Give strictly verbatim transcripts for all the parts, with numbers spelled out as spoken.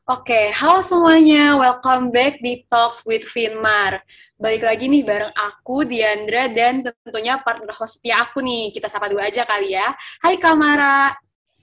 Oke, halo semuanya. Welcome back di Talks with Finmar. Balik lagi nih bareng aku, Diandra, dan tentunya partner host setia aku nih. Kita sapa dulu aja kali ya. Hai Kamara.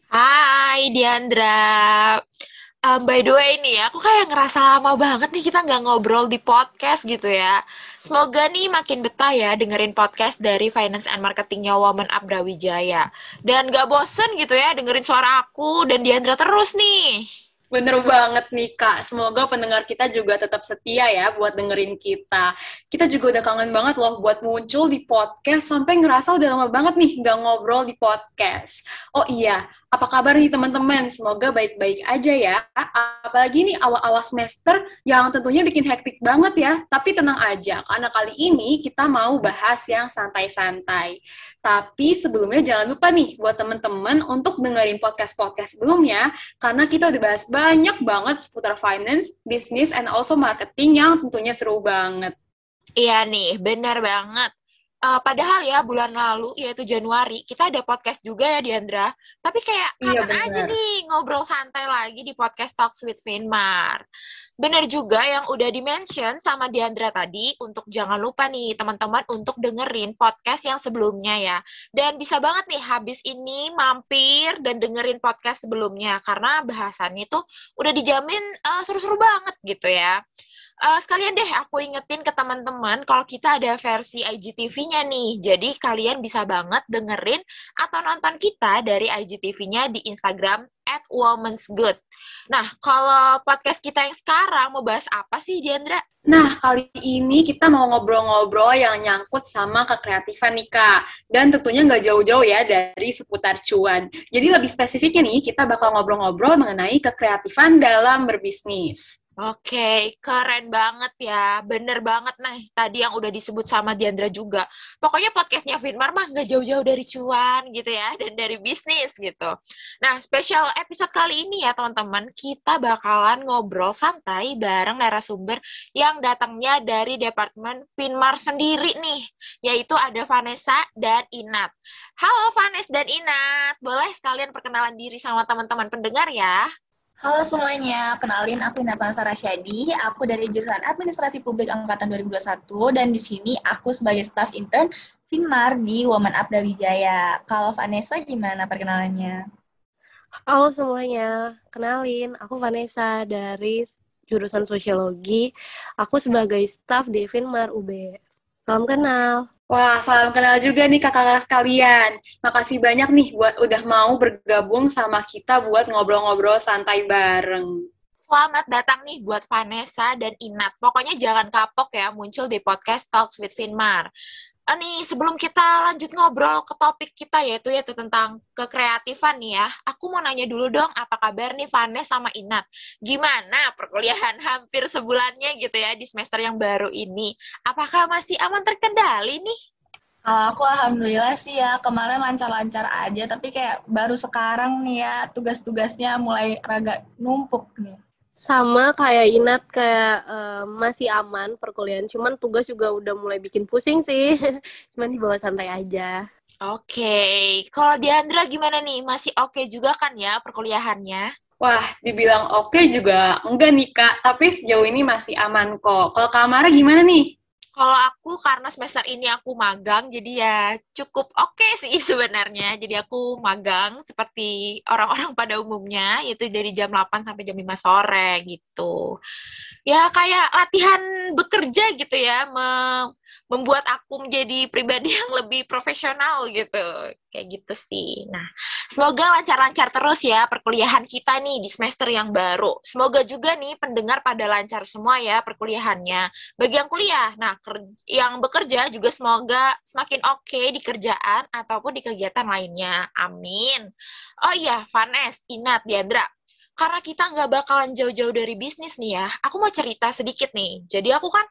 Hai Diandra. Um, by the way nih, aku kayak ngerasa lama banget nih kita nggak ngobrol di podcast gitu ya. Semoga nih makin betah ya dengerin podcast dari Finance and Marketingnya Woman Up Brawijaya. Dan gak bosen gitu ya dengerin suara aku dan Diandra terus nih. Bener banget nih Kak, semoga pendengar kita juga tetap setia ya buat dengerin kita. Kita juga udah kangen banget loh buat muncul di podcast, sampai ngerasa udah lama banget nih nggak ngobrol di podcast. Oh iya, apa kabar nih teman-teman? Semoga baik-baik aja ya. Apalagi nih awal-awal semester yang tentunya bikin hektik banget ya. Tapi tenang aja, karena kali ini kita mau bahas yang santai-santai. Tapi sebelumnya jangan lupa nih buat teman-teman untuk dengerin podcast-podcast sebelumnya, karena kita udah bahas banyak banget seputar finance, business, and also marketing yang tentunya seru banget. Iya nih, benar banget. Eh, padahal ya bulan lalu, yaitu Januari, kita ada podcast juga ya Diandra. Tapi kayak Iya kangen aja benar. nih ngobrol santai lagi di podcast Talks with Finmar. Benar juga yang udah di-mention sama Diandra tadi, untuk jangan lupa nih teman-teman untuk dengerin podcast yang sebelumnya ya. Dan bisa banget nih habis ini mampir dan dengerin podcast sebelumnya, karena bahasannya tuh udah dijamin eh, seru-seru banget gitu ya. Eh, sekalian deh aku ingetin ke teman-teman kalau kita ada versi I G T V-nya nih. Jadi kalian bisa banget dengerin atau nonton kita dari I G T V-nya di Instagram at womens good. Nah, kalau podcast kita yang sekarang mau bahas apa sih, Diandra? Nah, kali ini kita mau ngobrol-ngobrol yang nyangkut sama kekreatifan nih, Kak. Dan tentunya nggak jauh-jauh ya dari seputar cuan. Jadi lebih spesifiknya nih, kita bakal ngobrol-ngobrol mengenai kekreatifan dalam berbisnis. Oke, keren banget ya. Bener banget nah tadi yang udah disebut sama Diandra juga. Pokoknya podcastnya Finmar mah nggak jauh-jauh dari cuan gitu ya, dan dari bisnis gitu. Nah, spesial episode kali ini ya teman-teman, kita bakalan ngobrol santai bareng narasumber yang datangnya dari Departemen Finmar sendiri nih, yaitu ada Vanessa dan Inat. Halo Vanessa dan Inat, boleh sekalian perkenalan diri sama teman-teman pendengar ya? Halo semuanya, kenalin aku Nathan Sarasyadi, aku dari jurusan Administrasi Publik Angkatan dua ribu dua puluh satu dan di sini aku sebagai staff intern Finmar di Woman Up Wijaya. Kalau Vanessa gimana perkenalannya? Halo semuanya, kenalin, aku Vanessa dari jurusan Sosiologi. Aku sebagai staf di Finmar U B. Salam kenal. Wah, salam kenal juga nih kakak-kakak sekalian. Makasih banyak nih buat udah mau bergabung sama kita buat ngobrol-ngobrol santai bareng. Selamat datang nih buat Vanessa dan Inat. Pokoknya jangan kapok ya muncul di podcast Talks with Finmar. Eh, nih, sebelum kita lanjut ngobrol ke topik kita yaitu yaitu tentang kekreatifan nih ya. Aku mau nanya dulu dong, apa kabar nih Vanessa sama Inat? Gimana perkuliahan hampir sebulannya gitu ya di semester yang baru ini? Apakah masih aman terkendali nih? Kalau aku alhamdulillah sih ya, kemarin lancar-lancar aja, tapi kayak baru sekarang nih ya, tugas-tugasnya mulai agak numpuk nih. Sama kayak Inat, kayak eh, masih aman perkuliahan, cuman tugas juga udah mulai bikin pusing sih. Cuman dibawa santai aja. Oke, kalau Diandra gimana nih? Masih oke juga kan ya perkuliahannya? Wah, dibilang oke juga enggak nih Kak, tapi sejauh ini masih aman kok. Kalau Kak Mara gimana nih? Kalau aku karena semester ini aku magang, jadi ya cukup oke sih sebenarnya. Jadi aku magang seperti orang-orang pada umumnya, yaitu dari jam delapan sampai jam lima sore gitu. Ya kayak latihan bekerja gitu ya, me- membuat aku menjadi pribadi yang lebih profesional gitu. Kayak gitu sih. Nah, semoga lancar-lancar terus ya perkuliahan kita nih di semester yang baru. Semoga juga nih pendengar pada lancar semua ya perkuliahannya. Bagi yang kuliah, nah yang bekerja juga semoga semakin oke di kerjaan ataupun di kegiatan lainnya. Amin. Oh iya, Vanes, Inat, Diandra. Karena kita nggak bakalan jauh-jauh dari bisnis nih ya, aku mau cerita sedikit nih. Jadi aku kan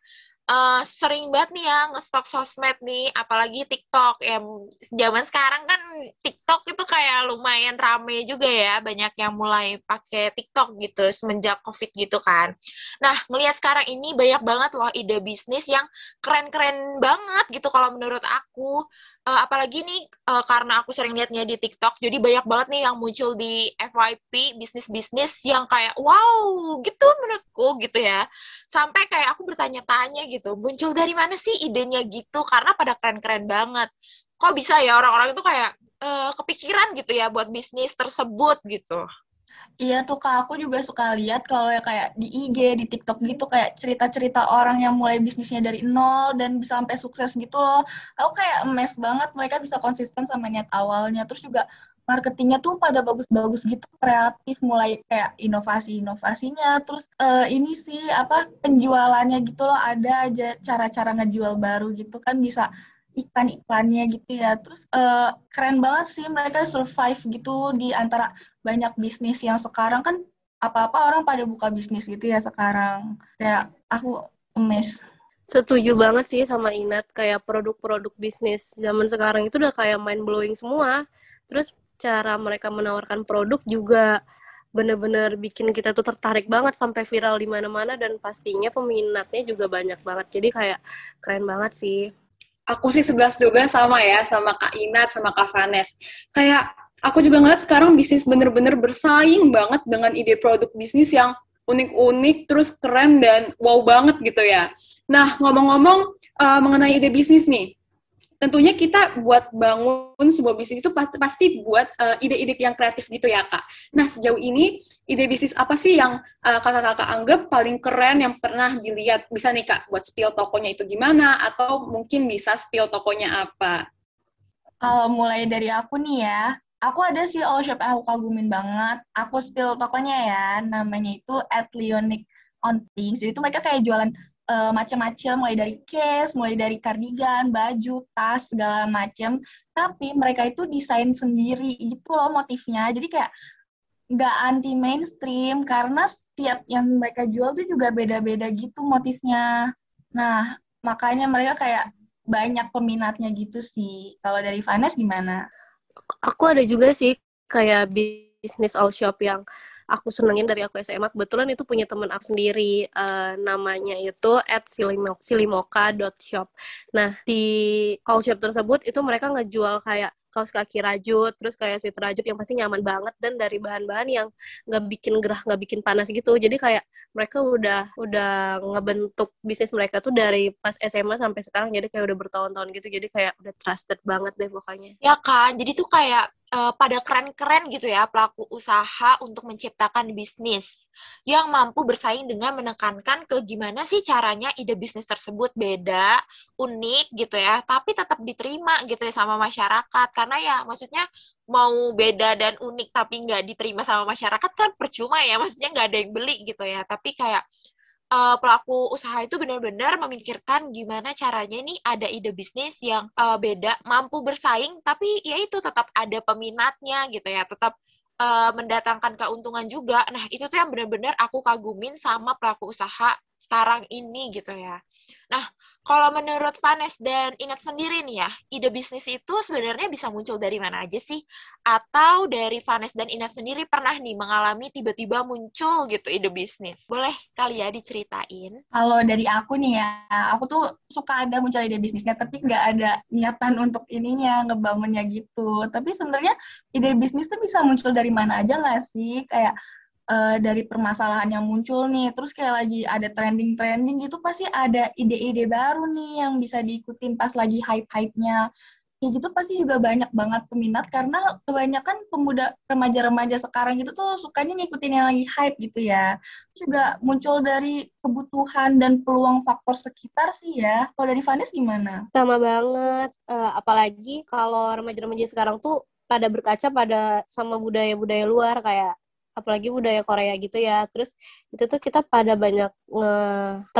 uh, sering banget nih ya nge-stalk sosmed nih, apalagi TikTok. Ya, zaman sekarang kan TikTok itu kayak lumayan rame juga ya, banyak yang mulai pakai TikTok gitu semenjak COVID gitu kan. Nah, ngelihat sekarang ini banyak banget loh ide bisnis yang keren-keren banget gitu kalau menurut aku. Uh, apalagi nih uh, karena aku sering liatnya di TikTok, jadi banyak banget nih yang muncul di F Y P bisnis-bisnis yang kayak wow gitu menurutku gitu ya. Sampai kayak aku bertanya-tanya gitu, muncul dari mana sih idenya gitu? Karena pada keren-keren banget. Kok bisa ya orang-orang itu kayak uh, kepikiran gitu ya buat bisnis tersebut gitu? Iya tuh Kak, aku juga suka lihat kalau ya kayak di I G, di TikTok gitu kayak cerita-cerita orang yang mulai bisnisnya dari nol dan bisa sampai sukses gitu loh. Aku kayak emes banget mereka bisa konsisten sama niat awalnya. Terus juga marketingnya tuh pada bagus-bagus gitu, kreatif, mulai kayak inovasi-inovasinya. Terus eh, ini sih apa penjualannya gitu loh, ada aja cara-cara ngejual baru gitu kan bisa iklan-iklannya gitu ya. Terus eh, keren banget sih mereka survive gitu di antara banyak bisnis yang sekarang kan apa-apa orang pada buka bisnis gitu ya sekarang. Kayak aku emes. Setuju banget sih sama Inat, kayak produk-produk bisnis zaman sekarang itu udah kayak mind blowing semua. Terus cara mereka menawarkan produk juga bener-bener bikin kita tuh tertarik banget sampai viral di mana-mana dan pastinya peminatnya juga banyak banget. Jadi kayak keren banget sih. Aku sih sebelas dua belas sama ya, sama Kak Inat, sama Kak Vanes. Kayak aku juga ngeliat sekarang bisnis bener-bener bersaing banget dengan ide produk bisnis yang unik-unik, terus keren dan wow banget gitu ya. Nah, ngomong-ngomong uh, mengenai ide bisnis nih, tentunya kita buat bangun sebuah bisnis itu pasti buat uh, ide-ide yang kreatif gitu ya, Kak. Nah, sejauh ini ide bisnis apa sih yang uh, kakak-kakak anggap paling keren yang pernah dilihat? Bisa nih, Kak, buat spill tokonya itu gimana, atau mungkin bisa spill tokonya apa? Kalau mulai dari aku nih ya, aku ada sih all shop yang aku kagumin banget. Aku spill tokonya ya, namanya itu at Leonic on Things. Jadi itu mereka kayak jualan uh, macam-macam, mulai dari case, mulai dari kardigan, baju, tas, segala macam. Tapi mereka itu desain sendiri gitu loh motifnya. Jadi kayak nggak anti mainstream karena setiap yang mereka jual tuh juga beda-beda gitu motifnya. Nah, makanya mereka kayak banyak peminatnya gitu sih. Kalau dari Vanes gimana? Aku ada juga sih kayak bisnis all shop yang aku senengin dari aku S M A. Kebetulan itu punya temen aku sendiri, uh, namanya itu at silimoka dot shop. Nah, di all shop tersebut itu mereka ngejual kayak kaos kaki rajut, terus kayak sweater rajut yang pasti nyaman banget dan dari bahan-bahan yang nggak bikin gerah, nggak bikin panas gitu. Jadi kayak mereka udah udah ngebentuk bisnis mereka tuh dari pas S M A sampai sekarang, jadi kayak udah bertahun-tahun gitu. Jadi kayak udah trusted banget deh pokoknya. Ya kan, jadi tuh kayak uh, pada keren-keren gitu ya pelaku usaha untuk menciptakan bisnis yang mampu bersaing dengan menekankan ke gimana sih caranya ide bisnis tersebut beda, unik gitu ya, tapi tetap diterima gitu ya sama masyarakat. Karena ya maksudnya mau beda dan unik tapi nggak diterima sama masyarakat kan percuma ya, maksudnya nggak ada yang beli gitu ya. Tapi kayak uh, pelaku usaha itu benar-benar memikirkan gimana caranya nih ada ide bisnis yang uh, beda, mampu bersaing, tapi ya itu tetap ada peminatnya gitu ya, tetap uh, mendatangkan keuntungan juga. Nah, itu tuh yang benar-benar aku kagumin sama pelaku usaha sekarang ini gitu ya. Nah, kalau menurut Vanes dan Inat sendiri nih ya, ide bisnis itu sebenarnya bisa muncul dari mana aja sih? Atau dari Vanes dan Inat sendiri pernah nih mengalami tiba-tiba muncul gitu ide bisnis? Boleh kali ya diceritain? Kalau dari aku nih ya, aku tuh suka ada muncul ide bisnisnya, tapi nggak ada niatan untuk ininya, ngebangunnya gitu. Tapi sebenarnya ide bisnis tuh bisa muncul dari mana aja nggak sih? Kayak uh, dari permasalahan yang muncul nih, terus kayak lagi ada trending-trending gitu, pasti ada ide-ide baru nih yang bisa diikutin pas lagi hype-hype-nya. Kayak gitu pasti juga banyak banget peminat, karena kebanyakan pemuda remaja-remaja sekarang gitu tuh sukanya ngikutin yang lagi hype gitu ya. Terus juga muncul dari kebutuhan dan peluang faktor sekitar sih ya. Kalau dari Vanes gimana? Sama banget, uh, apalagi kalau remaja-remaja sekarang tuh pada berkaca pada sama budaya-budaya luar kayak apalagi budaya Korea gitu ya. Terus itu tuh kita pada banyak nge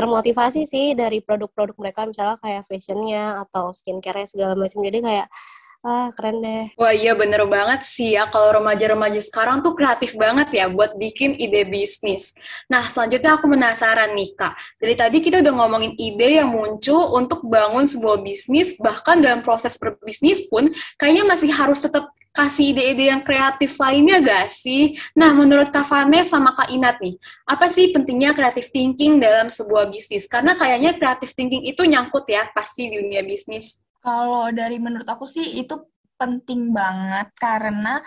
termotivasi sih dari produk-produk mereka, misalnya kayak fashionnya atau skincare segala macam. Jadi kayak Ah, keren deh. Wah iya bener banget sih ya, kalau remaja-remaja sekarang tuh kreatif banget ya buat bikin ide bisnis. Nah selanjutnya aku penasaran nih Kak, dari tadi kita udah ngomongin ide yang muncul untuk bangun sebuah bisnis, bahkan dalam proses berbisnis pun kayaknya masih harus tetap kasih ide-ide yang kreatif lainnya gak sih? Nah menurut Kak Vanes sama Kak Inat nih, apa sih pentingnya creative thinking dalam sebuah bisnis? Karena kayaknya creative thinking itu nyangkut ya pasti di dunia bisnis. Kalau dari menurut aku sih itu penting banget karena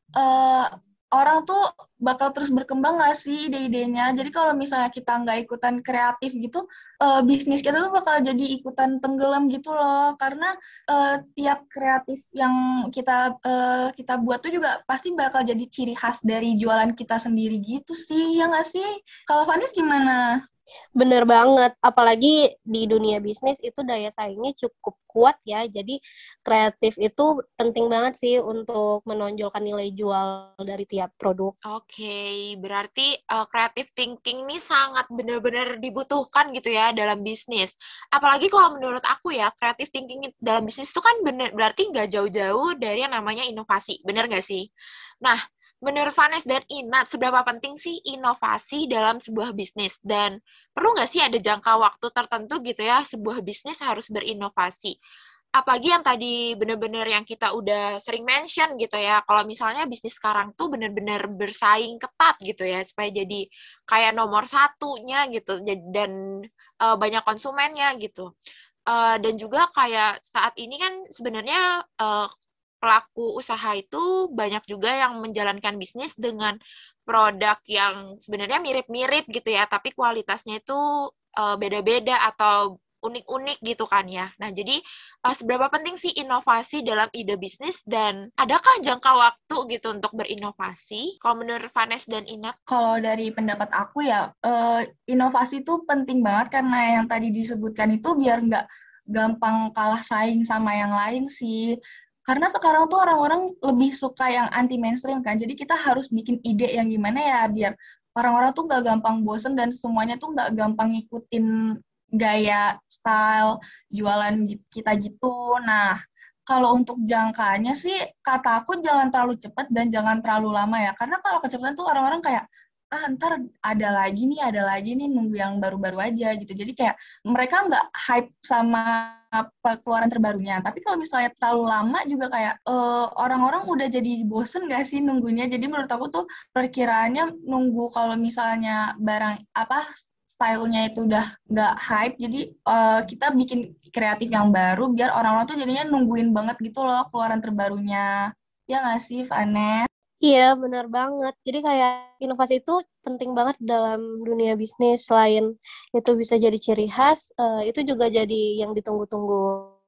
eh, orang tuh bakal terus berkembang nggak sih ide-idenya. Jadi kalau misalnya kita nggak ikutan kreatif gitu, eh, bisnis kita tuh bakal jadi ikutan tenggelam gitu loh. Karena eh, tiap kreatif yang kita eh, kita buat tuh juga pasti bakal jadi ciri khas dari jualan kita sendiri gitu sih, ya nggak sih? Kalau Vanis gimana? Bener banget, apalagi di dunia bisnis itu daya saingnya cukup kuat ya, jadi kreatif itu penting banget sih untuk menonjolkan nilai jual dari tiap produk. Oke, berarti uh, creative thinking ini sangat benar-benar dibutuhkan gitu ya dalam bisnis. Apalagi kalau menurut aku ya, creative thinking dalam bisnis itu kan bener, berarti nggak jauh-jauh dari yang namanya inovasi. Bener nggak sih? Nah, menurut Vanes dan Inat, seberapa penting sih inovasi dalam sebuah bisnis? Dan perlu nggak sih ada jangka waktu tertentu gitu ya, sebuah bisnis harus berinovasi? Apalagi yang tadi bener-bener yang kita udah sering mention gitu ya, kalau misalnya bisnis sekarang tuh bener-bener bersaing ketat gitu ya, supaya jadi kayak nomor satunya gitu, dan uh, banyak konsumennya gitu. Uh, dan juga kayak saat ini kan sebenarnya uh, pelaku usaha itu banyak juga yang menjalankan bisnis dengan produk yang sebenarnya mirip-mirip gitu ya, tapi kualitasnya itu uh, beda-beda atau unik-unik gitu kan ya. Nah, jadi uh, seberapa penting sih inovasi dalam ide bisnis dan adakah jangka waktu gitu untuk berinovasi? Kalau menurut Vanes dan Inat? Kalau dari pendapat aku ya, eh, inovasi itu penting banget karena yang tadi disebutkan itu biar nggak gampang kalah saing sama yang lain sih. Karena sekarang tuh orang-orang lebih suka yang anti mainstream kan, jadi kita harus bikin ide yang gimana ya biar orang-orang tuh nggak gampang bosen dan semuanya tuh nggak gampang ngikutin gaya, style, jualan kita gitu. Nah, kalau untuk jangkanya sih, kata aku jangan terlalu cepat dan jangan terlalu lama ya. Karena kalau kecepatan tuh orang-orang kayak, ah ntar ada lagi nih, ada lagi nih, nunggu yang baru-baru aja gitu. Jadi kayak mereka nggak hype sama keluaran terbarunya. Tapi kalau misalnya terlalu lama juga kayak eh, orang-orang udah jadi bosen nggak sih nunggunya. Jadi menurut aku tuh perkiraannya nunggu kalau misalnya barang apa stylenya itu udah nggak hype, jadi uh, kita bikin kreatif yang baru biar orang-orang tuh jadinya nungguin banget gitu loh keluaran terbarunya. Ya nggak sih, Vanes? Iya, benar banget. Jadi kayak inovasi itu penting banget dalam dunia bisnis. Selain itu bisa jadi ciri khas, eh, itu juga jadi yang ditunggu-tunggu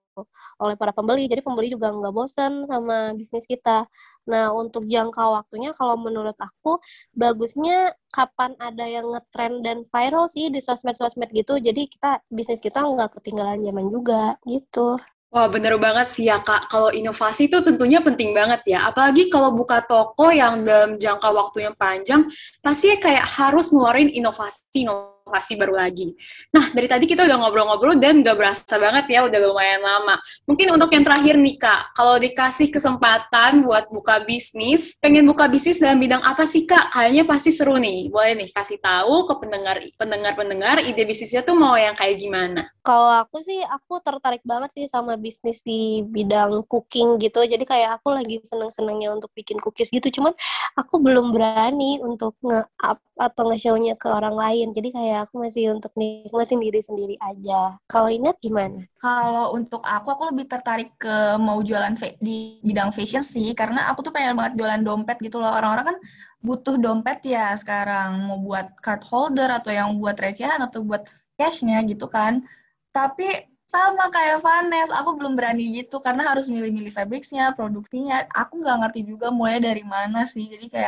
oleh para pembeli. Jadi pembeli juga nggak bosan sama bisnis kita. Nah, untuk jangka waktunya kalau menurut aku bagusnya kapan ada yang ngetrend dan viral sih di sosmed-sosmed gitu. Jadi kita bisnis kita nggak ketinggalan zaman juga gitu. Wah, bener banget sih ya, Kak. Kalau inovasi itu tentunya penting banget ya. Apalagi kalau buka toko yang dalam jangka waktu yang panjang, pasti kayak harus ngeluarin inovasi, inovasi baru lagi. Nah, dari tadi kita udah ngobrol-ngobrol dan gak berasa banget ya, udah lumayan lama. Mungkin untuk yang terakhir nih, Kak. Kalau dikasih kesempatan buat buka bisnis, pengen buka bisnis dalam bidang apa sih, Kak? Kayaknya pasti seru nih. Boleh nih, kasih tahu ke pendengar pendengar-pendengar ide bisnisnya tuh mau yang kayak gimana? Kalau aku sih, aku tertarik banget sih sama bisnis di bidang cooking gitu. Jadi kayak aku lagi seneng-senengnya untuk bikin cookies gitu. Cuman aku belum berani untuk nge-up atau nge-show-nya ke orang lain. Jadi kayak aku masih untuk nikmatin diri sendiri aja. Kalau Inat gimana? Kalau untuk aku, aku lebih tertarik ke mau jualan fa- di bidang fashion sih, karena aku tuh pengen banget jualan dompet gitu loh. Orang-orang kan butuh dompet ya sekarang, mau buat card holder atau yang buat recehan atau buat cashnya gitu kan. Tapi sama kayak Vanes, aku belum berani gitu karena harus milih-milih fabricsnya, produksinya. Aku nggak ngerti juga mulai dari mana sih. Jadi kayak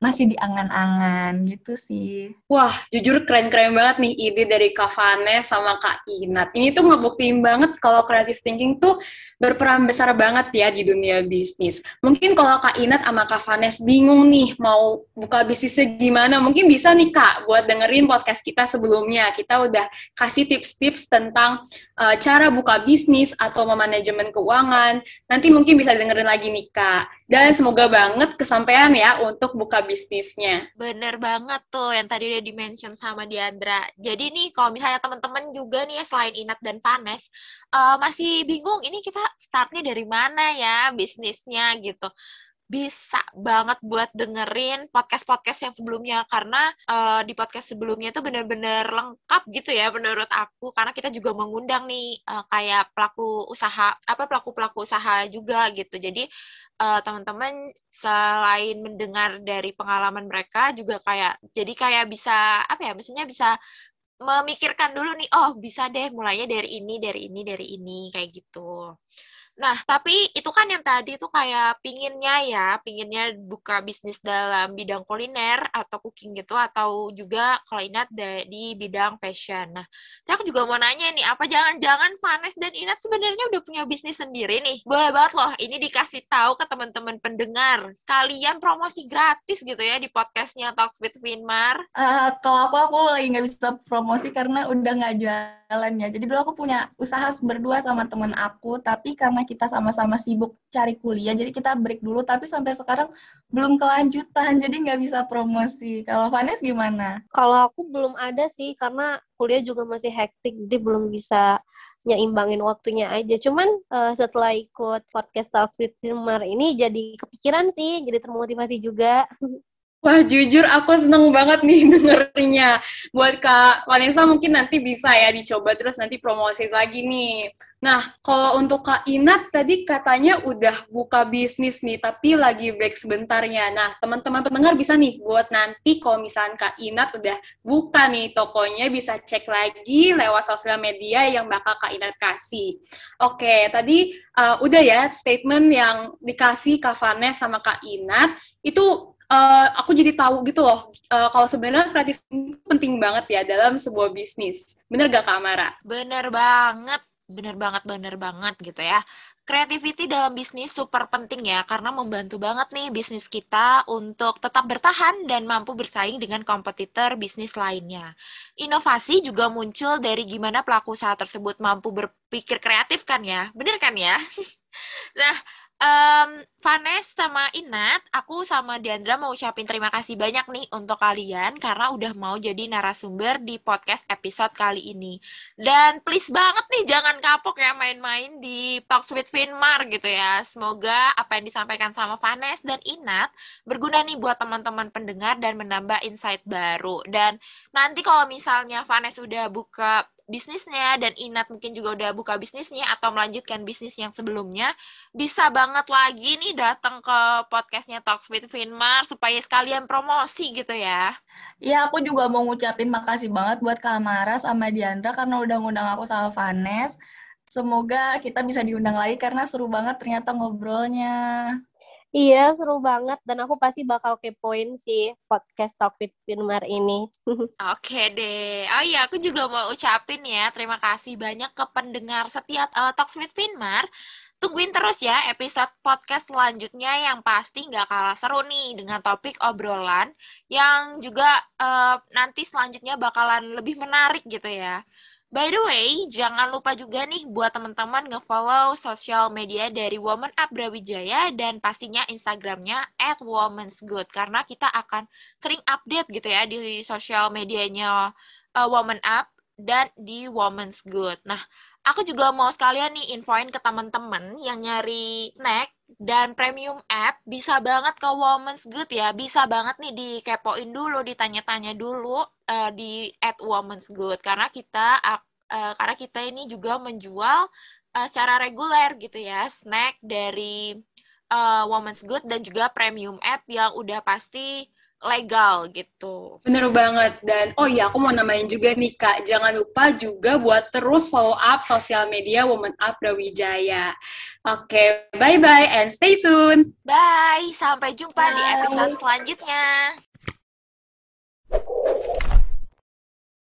masih di angan-angan gitu sih. Wah, jujur keren-keren banget nih ide dari Kak Vanes sama Kak Inat. Ini tuh ngebuktiin banget kalau creative thinking tuh berperan besar banget ya di dunia bisnis. Mungkin kalau Kak Inat sama Kak Vanes bingung nih mau buka bisnisnya gimana, mungkin bisa nih Kak buat dengerin podcast kita sebelumnya. Kita udah kasih tips-tips tentang uh, cara buka bisnis atau memanajemen keuangan. Nanti mungkin bisa dengerin lagi nih Kak. Dan semoga banget kesampaian ya untuk buka bisnisnya. Bener banget tuh yang tadi udah di-mention sama Diandra. Jadi nih kalau misalnya teman-teman juga nih selain Inat dan Vanes uh, masih bingung ini kita startnya dari mana ya bisnisnya gitu. Bisa banget buat dengerin podcast-podcast yang sebelumnya karena uh, di podcast sebelumnya itu benar-benar lengkap gitu ya menurut aku karena kita juga mengundang nih uh, kayak pelaku usaha apa pelaku-pelaku usaha juga gitu. Jadi uh, teman-teman selain mendengar dari pengalaman mereka juga kayak jadi kayak bisa apa ya maksudnya bisa memikirkan dulu nih oh bisa deh mulainya dari ini dari ini dari ini kayak gitu. Nah, tapi itu kan yang tadi tuh kayak pinginnya ya, pinginnya buka bisnis dalam bidang kuliner atau cooking gitu, atau juga kalau Inat di bidang fashion. Nah, tapi aku juga mau nanya nih, apa jangan-jangan Vanes dan Inat sebenarnya udah punya bisnis sendiri nih? Boleh banget loh, ini dikasih tahu ke teman-teman pendengar. Sekalian promosi gratis gitu ya di podcastnya Talks with Finmar. Uh, kalau aku, aku lagi nggak bisa promosi karena udah nggak jalan ya. Jadi dulu aku punya usaha berdua sama teman aku, tapi karena kita sama-sama sibuk cari kuliah, jadi kita break dulu, tapi sampai sekarang belum kelanjutan, jadi nggak bisa promosi. Kalau Vanes gimana? Kalau aku belum ada sih, karena kuliah juga masih hektik, jadi belum bisa nyeimbangin waktunya aja. Cuman uh, setelah ikut podcast Talks with Finmar ini jadi kepikiran sih, jadi termotivasi juga. Wah, jujur aku seneng banget nih dengernya. Buat Kak Vanessa mungkin nanti bisa ya dicoba terus nanti promosi lagi nih. Nah, kalau untuk Kak Inat tadi katanya udah buka bisnis nih, tapi lagi break sebentarnya. Nah, teman-teman pendengar bisa nih buat nanti kalau misalnya Kak Inat udah buka nih tokonya, bisa cek lagi lewat sosial media yang bakal Kak Inat kasih. Oke, tadi uh, udah ya statement yang dikasih Kak Vanessa sama Kak Inat, itu Uh, aku jadi tahu gitu loh, uh, kalau sebenarnya kreatif itu penting banget ya dalam sebuah bisnis. Bener gak Kak Amara? Bener banget, bener banget, bener banget gitu ya. Creativity dalam bisnis super penting ya, karena membantu banget nih bisnis kita untuk tetap bertahan dan mampu bersaing dengan kompetitor bisnis lainnya. Inovasi juga muncul dari gimana pelaku usaha tersebut mampu berpikir kreatif kan ya, bener kan ya? Nah, Um, Vanes sama Inat, aku sama Diandra mau ucapin terima kasih banyak nih untuk kalian karena udah mau jadi narasumber di podcast episode kali ini. Dan please banget nih jangan kapok ya main-main di Talks with Finmar gitu ya. Semoga apa yang disampaikan sama Vanes dan Inat berguna nih buat teman-teman pendengar dan menambah insight baru. Dan nanti kalau misalnya Vanes udah buka bisnisnya dan Inat mungkin juga udah buka bisnisnya atau melanjutkan bisnis yang sebelumnya, bisa banget lagi nih datang ke podcastnya Talks with Finmar supaya sekalian promosi gitu ya. Iya, aku juga mau ngucapin makasih banget buat Kak Amara sama Diandra karena udah ngundang aku sama Vanes. Semoga kita bisa diundang lagi karena seru banget ternyata ngobrolnya. Iya, seru banget. Dan aku pasti bakal kepoin sih podcast Talk with Finmar ini. Oke deh. Oh iya, aku juga mau ucapin ya, terima kasih banyak ke pendengar setiap uh, Talks with Finmar. Tungguin terus ya episode podcast selanjutnya yang pasti nggak kalah seru nih dengan topik obrolan yang juga uh, nanti selanjutnya bakalan lebih menarik gitu ya. By the way, jangan lupa juga nih buat teman-teman nge-follow sosial media dari Woman Up Brawijaya dan pastinya Instagramnya at womensgood karena kita akan sering update gitu ya di sosial medianya uh, Woman Up dan di Women's Good. Nah, aku juga mau sekalian nih infoin ke teman-teman yang nyari snack dan premium app, bisa banget ke Women's Good ya. Bisa banget nih dikepoin dulu, ditanya-tanya dulu uh, di at Women's Good. Karena kita uh, karena kita ini juga menjual uh, secara reguler gitu ya, snack dari uh, Women's Good dan juga premium app yang udah pasti legal gitu. Bener banget. Dan oh iya, aku mau nambahin juga nih Kak, jangan lupa juga buat terus follow up sosial media Woman Up Brawijaya. Oke, bye-bye and stay tune. Bye, sampai jumpa di Bye. episode selanjutnya.